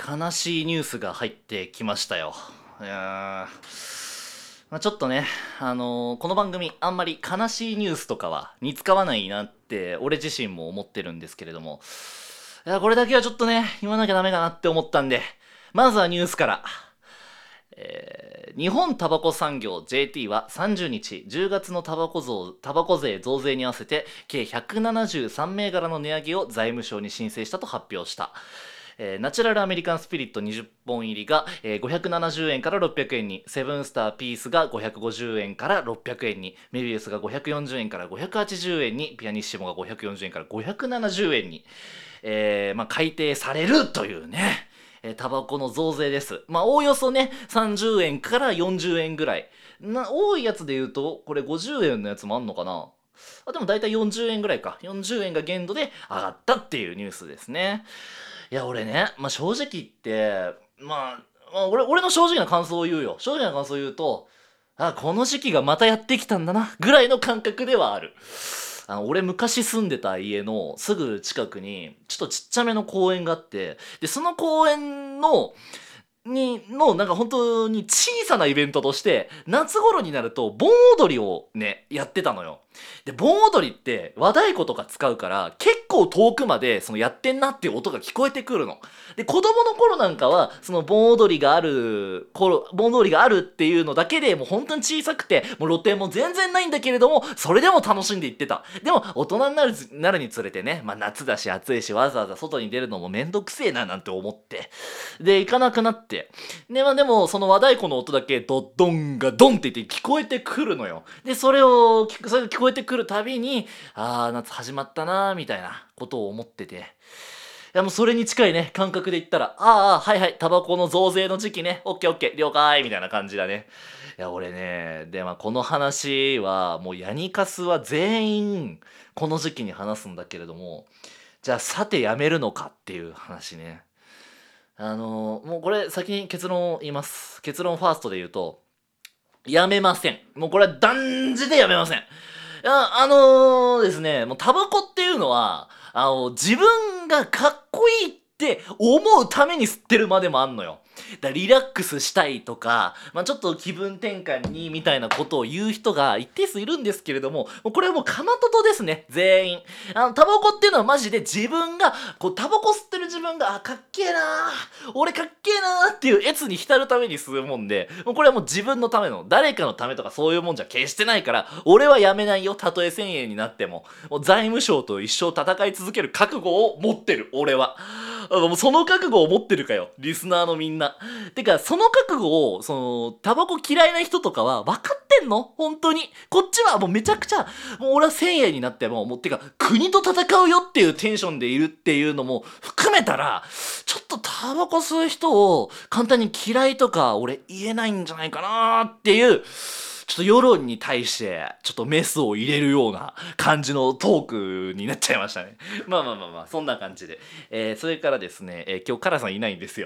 悲しいニュースが入ってきましたよ。いやちょっとね、この番組あんまり悲しいニュースとかは似つかわないなって俺自身も思ってるんですけれども、これだけはちょっとね言わなきゃダメかなって思ったんで、まずはニュースから。日本タバコ産業 JT は30日10月のタバコ税増税に合わせて計173銘柄の値上げを財務省に申請したと発表した。ナチュラルアメリカンスピリット20本入りが、570円から600円に、セブンスターピースが550円から600円に、メビウスが540円から580円に、ピアニッシモが540円から570円に、改定されるというね、タバコの増税です。おおよそね、30円から40円ぐらい。多いやつで言うと、これ50円のやつもあんのかな。でも大体40円ぐらいか。40円が限度で上がったっていうニュースですね。いや、俺ね、正直言って、俺の正直な感想を言うよ。正直な感想を言うと、この時期がまたやってきたんだな、ぐらいの感覚ではある。俺昔住んでた家のすぐ近くにちょっとちっちゃめの公園があって、でその公園なんか本当に小さなイベントとして夏頃になると盆踊りをねやってたのよ。で盆踊りって和太鼓とか使うから結構遠くまでそのやってんなっていう音が聞こえてくるの。で子供の頃なんかはその盆踊りがあるっていうのだけでもう本当に小さくて、もう露店も全然ないんだけれどもそれでも楽しんで行ってた。でも大人になるにつれてね、夏だし暑いしわざわざ外に出るのもめんどくせえななんて思って、で行かなくなって、でもその和太鼓の音だけドッドンがドンって言って聞こえてくるのよ。でそれが聞こえてくるたびに夏始まったなーみたいなことを思ってて、いやもうそれに近いね感覚で言ったら、はいはいタバコの増税の時期ね、オッケーオッケー了解みたいな感じだね。いや俺ね、でこの話はもうヤニカスは全員この時期に話すんだけれども、じゃあさてやめるのかっていう話ね。もうこれ先に結論を言います。結論ファーストで言うと、やめません。もうこれは断じてやめません。ですね、もうタバコっていうのは、自分がかっこいいって思うために吸ってるまでもあんのよ。リラックスしたいとか、ちょっと気分転換にみたいなことを言う人が一定数いるんですけれども、これはもうかまととですね、全員。タバコっていうのはマジで自分が、タバコ吸ってる自分が、かっけえなー、俺かっけえなーっていうやつに浸るために吸うもんで、もうこれはもう自分のための、誰かのためとかそういうもんじゃ決してないから、俺はやめないよ、たとえ1000円になっても。もう財務省と一生戦い続ける覚悟を持ってる、俺は。もうその覚悟を持ってるかよ、リスナーのみんな。てかその覚悟をタバコ嫌いな人とかは分かってんの？本当にこっちはもうめちゃくちゃ、もう俺は1000円になってもてか国と戦うよっていうテンションでいるっていうのも含めたら、ちょっとタバコ吸う人を簡単に嫌いとか俺言えないんじゃないかなっていう、ちょっと世論に対してちょっとメスを入れるような感じのトークになっちゃいましたね。そんな感じで、それからですね、今日カラさんいないんですよ。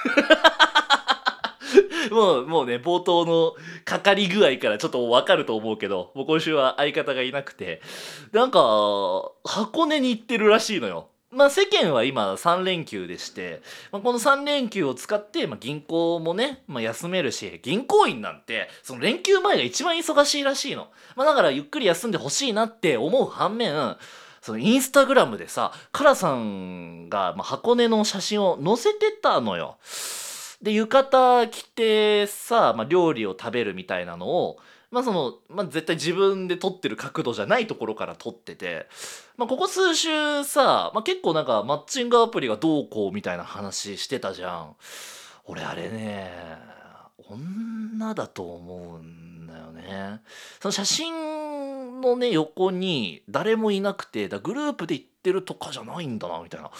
もうね、冒頭のかかり具合からちょっとわかると思うけど、もう今週は相方がいなくて、なんか箱根に行ってるらしいのよ。世間は今3連休でして、この3連休を使って、銀行もね、休めるし、銀行員なんてその連休前が一番忙しいらしいの。だからゆっくり休んでほしいなって思う反面、そのインスタグラムでさ、カラさんが箱根の写真を載せてたのよ。で浴衣着てさ、料理を食べるみたいなのを、絶対自分で撮ってる角度じゃないところから撮ってて、ここ数週さ、結構なんかマッチングアプリがどうこうみたいな話してたじゃん。俺あれね、女だと思うんだよね。その写真のね横に誰もいなくて、グループで行ってるとかじゃないんだなみたいな。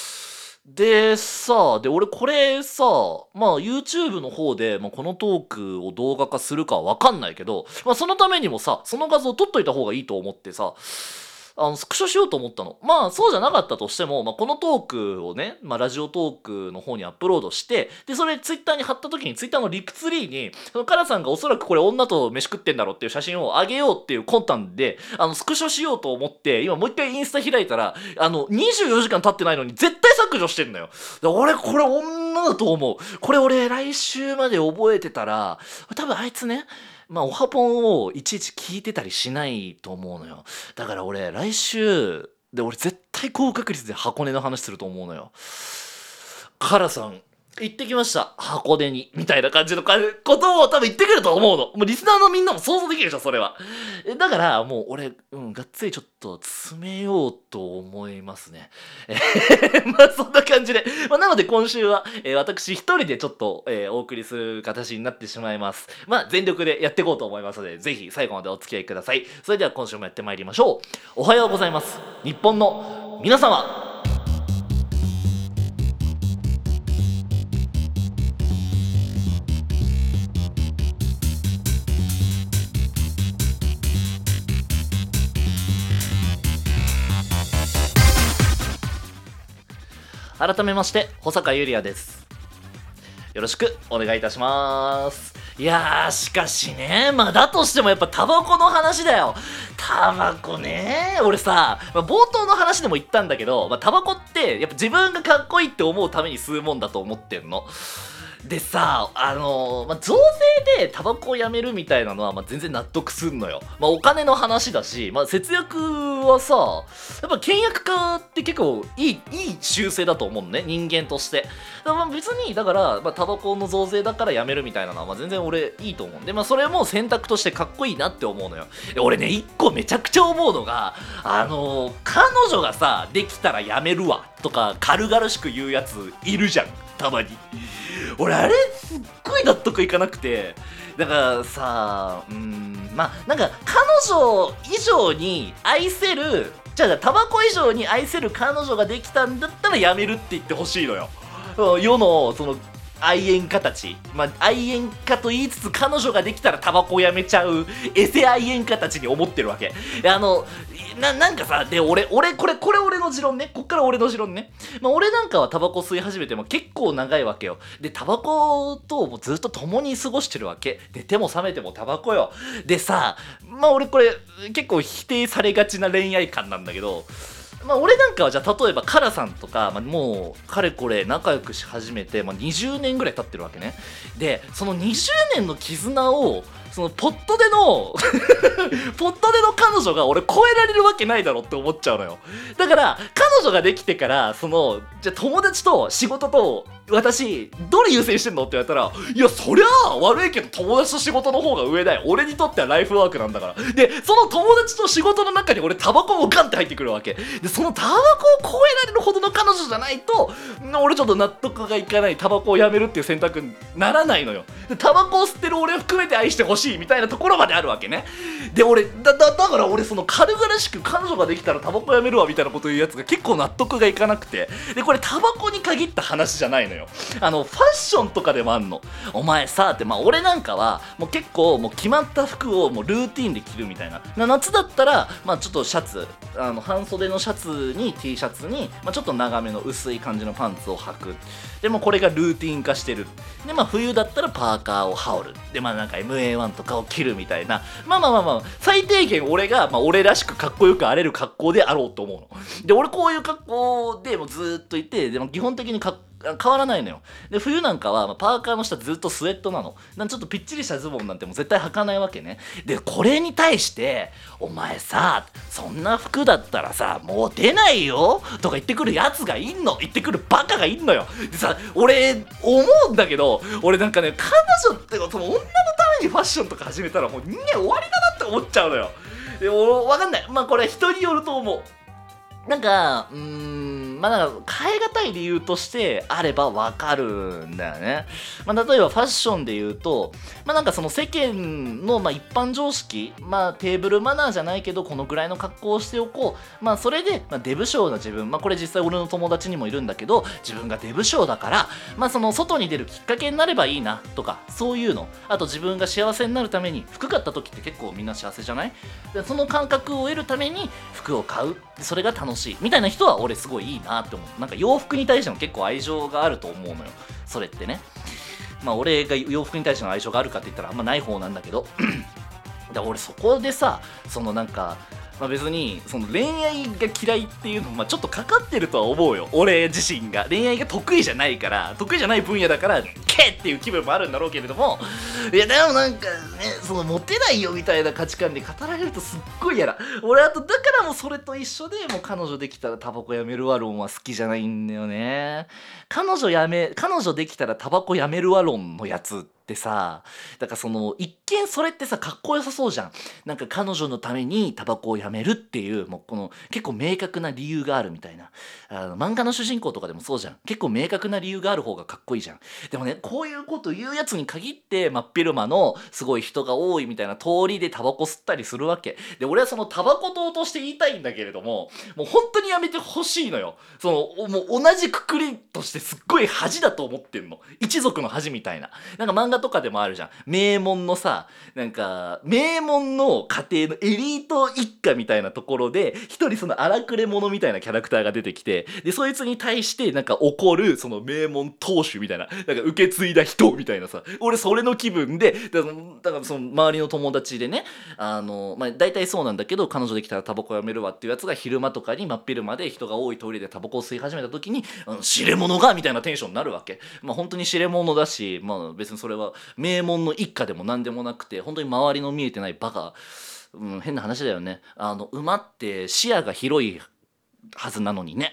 で俺これさ、YouTube の方で、このトークを動画化するかは分かんないけど、そのためにもさ、その画像撮っといた方がいいと思ってさ、スクショしようと思ったの。そうじゃなかったとしても、このトークをね、ラジオトークの方にアップロードして、でそれツイッターに貼った時に、ツイッターのリプツリーにそのカラさんがおそらくこれ女と飯食ってんだろっていう写真をあげようっていう魂胆でスクショしようと思って、今もう一回インスタ開いたら24時間経ってないのに絶対削除してんだよ。で俺これんなだと思う。これ俺来週まで覚えてたら、多分あいつね、オハポンをいちいち聞いてたりしないと思うのよ。だから俺来週で俺絶対高確率で箱根の話すると思うのよ。カラさん行ってきました箱根にみたいな感じのことを多分言ってくると思うの。もうリスナーのみんなも想像できるでしょそれは。だからもう俺がっつりちょっと詰めようと思いますね。そんな感じで、なので今週は、私一人でちょっと、お送りする形になってしまいます。全力でやっていこうと思いますので、ぜひ最後までお付き合いください。それでは今週もやってまいりましょう。おはようございます。日本の皆様。改めまして保坂ゆりやです。よろしくお願いいたします。いやーしかしね、だとしてもやっぱタバコの話だよ。タバコね、俺さ、冒頭の話でも言ったんだけど、タバコってやっぱ自分がかっこいいって思うために吸うもんだと思ってんの。でさ、増税でタバコをやめるみたいなのは、全然納得すんのよ。お金の話だし、節約はさ、やっぱ倹約家って結構いい習性だと思うのね、人間として。だから別に、だから、タバコの増税だからやめるみたいなのは、全然俺いいと思うんで、それも選択としてかっこいいなって思うのよ。俺ね、一個めちゃくちゃ思うのが、彼女がさ、できたらやめるわ、とか、軽々しく言うやついるじゃん、たまに。俺あれすっごい納得いかなくて、だからさ、なんか彼女以上に愛せる、じゃあタバコ以上に愛せる彼女ができたんだったらやめるって言ってほしいのよ。世のその愛煙家たち、愛煙家と言いつつ彼女ができたらタバコをやめちゃうエセ愛煙家たちに思ってるわけ。なんかさ、で俺これ俺の持論ね。こっから俺の持論ね。俺なんかはタバコ吸い始めても結構長いわけよ。でタバコともずっと共に過ごしてるわけで、手も覚めてもタバコよ。でさ、俺これ結構否定されがちな恋愛観なんだけど、俺なんかはじゃあ例えばカラさんとか、もうかれこれ仲良くし始めて、20年ぐらい経ってるわけね。でその20年の絆をそのポットでの彼女が俺超えられるわけないだろって思っちゃうのよ。だから彼女ができてから、じゃあ友達と仕事と私どれ優先してんのって言われたら、いやそりゃあ悪いけど友達と仕事の方が上だよ、俺にとってはライフワークなんだから。でその友達と仕事の中に俺タバコもガンって入ってくるわけで、そのタバコを超えられるほどの彼女じゃないと俺ちょっと納得がいかない。タバコをやめるっていう選択にならないのよ。でタバコを吸ってる俺を含めて愛してほしいみたいなところまであるわけね。で俺だから俺その軽々しく彼女ができたらタバコやめるわみたいなこと言うやつが結構納得がいかなくて、でこれタバコに限った話じゃないのよ。ファッションとかでもあんの。お前さって、俺なんかはもう結構もう決まった服をもうルーティンで着るみたいな。夏だったらちょっとシャツ、半袖のシャツに T シャツに、ちょっと長めの薄い感じのパンツを履く。でもこれがルーティン化してる。で冬だったらパーカーを羽織る。でなんか MA1 とかを着るみたいな、最低限俺が、俺らしくかっこよくあれる格好であろうと思うの。で俺こういう格好でもうずーっといて、でも基本的に変わらないのよ。で冬なんかはパーカーの下ずっとスウェットなの。ちょっとぴっちりしたズボンなんてもう絶対履かないわけね。でこれに対してお前さ、そんな服だったらさもう出ないよとか言ってくるやつがいんの。言ってくるバカがいんのよ。でさ、俺思うんだけど、俺なんかね、彼女ってその女のためにファッションとか始めたらもう人間終わりだなって思っちゃうのよ。でわかんない。これ人によると思う。なんかなんか変え難い理由としてあればわかるんだよね。例えばファッションで言うと、なんかその世間の一般常識、テーブルマナーじゃないけどこのぐらいの格好をしておこう。それで、デブ症な自分、これ実際俺の友達にもいるんだけど、自分がデブ症だから、その外に出るきっかけになればいいなとか、そういうの。あと自分が幸せになるために、服買った時って結構みんな幸せじゃない？でその感覚を得るために服を買う。それが楽しいみたいな人は俺すごいいいなって思う。なんか洋服に対しても結構愛情があると思うのよ、それってね。俺が洋服に対しての愛情があるかって言ったらあんまない方なんだけどで俺そこでさ、そのなんかまあ、別にその恋愛が嫌いっていうのもちょっとかかってるとは思うよ。俺自身が恋愛が得意じゃないから、得意じゃない分野だからけっていう気分もあるんだろうけれども、いやでもなんかね、そのモテないよみたいな価値観で語られるとすっごい嫌だ。俺だからもうそれと一緒で、もう彼女できたらタバコやめるわ論は好きじゃないんだよね。彼女できたらタバコやめるわ論のやつってさ、だからその一見それってさかっこよさそうじゃん。なんか彼女のためにタバコをやめるっていう、もうこの結構明確な理由があるみたいな、漫画の主人公とかでもそうじゃん。結構明確な理由がある方がかっこいいじゃん。でもね、こういうこと言うやつに限って真っ昼間のすごい人が多いみたいな通りでタバコ吸ったりするわけで、俺はそのタバコ党として言いたいんだけれども、もう本当にやめてほしいのよ。そのもう同じくくりとしてすっごい恥だと思ってんの。一族の恥みたいな。なんか漫画とかでもあるじゃん。名門のさ、なんか名門の家庭のエリート一家みたいなところで一人その荒くれ者みたいなキャラクターが出てきて、でそいつに対してなんか怒るその名門当主みたいな、なんか受け継いだ人みたいなさ、俺それの気分で、だからその周りの友達でね、まあ大体そうなんだけど、彼女できたらタバコやめるわっていうやつが昼間とかに真っ昼間で人が多いトイレでタバコを吸い始めた時に、知れ者がみたいなテンションになるわけ。まあ本当に知れ者だし、まあ別にそれは名門の一家でも何でもなくて、本当に周りの見えてないバカ、変な話だよね。馬って視野が広いはずなのにね。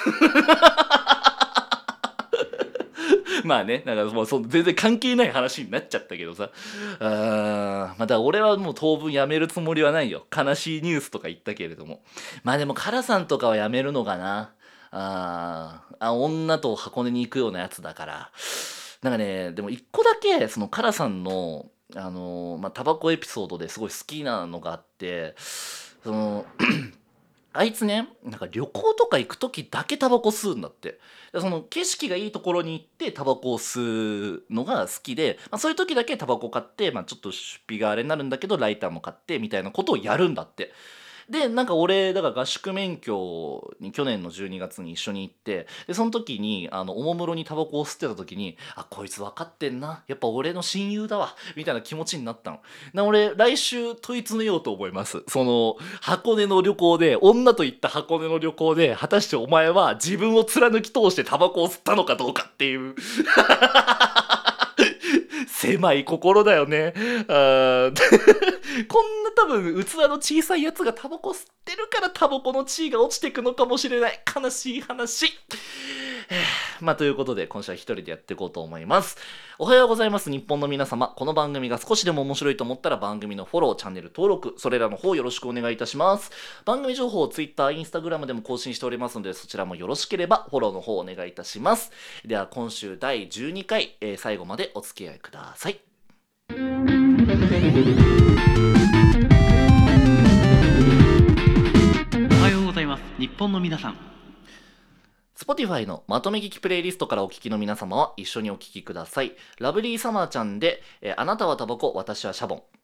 まあね、だからもう全然関係ない話になっちゃったけどさ、まあだから俺はもう当分やめるつもりはないよ。悲しいニュースとか言ったけれども、まあでもカラさんとかはやめるのかな。女と箱根に行くようなやつだから。なんかね、でも一個だけそのカラさんのまあタバコエピソードですごい好きなのがあって、そのあいつね、なんか旅行とか行く時だけタバコ吸うんだって。でその景色がいいところに行ってタバコを吸うのが好きで、まあ、そういう時だけタバコ買って、まあ、ちょっと出費があれになるんだけどライターも買ってみたいなことをやるんだって。でなんか俺だから合宿免許に去年の12月に一緒に行って、でその時におもむろにタバコを吸ってた時に、あこいつ分かってんな、やっぱ俺の親友だわみたいな気持ちになったの。俺来週問い詰めようと思います。その箱根の旅行で、女と行った箱根の旅行で果たしてお前は自分を貫き通してタバコを吸ったのかどうかっていう狭い心だよね。こんな多分器の小さいやつがタバコ吸ってるからタバコの地位が落ちていくのかもしれない。悲しい話。まあということで今週は一人でやっていこうと思います。おはようございます日本の皆様。この番組が少しでも面白いと思ったら番組のフォロー、チャンネル登録、それらの方よろしくお願いいたします。番組情報を Twitter、Instagram でも更新しておりますので、そちらもよろしければフォローの方お願いいたします。では今週第12回、最後までお付き合いください。 おはようございます日本の皆さん。 Spotify のまとめ聞きプレイリストからお聞きの皆様は一緒にお聞きください。ラブリーサマーちゃんで、あなたはタバコ、私はシャボン。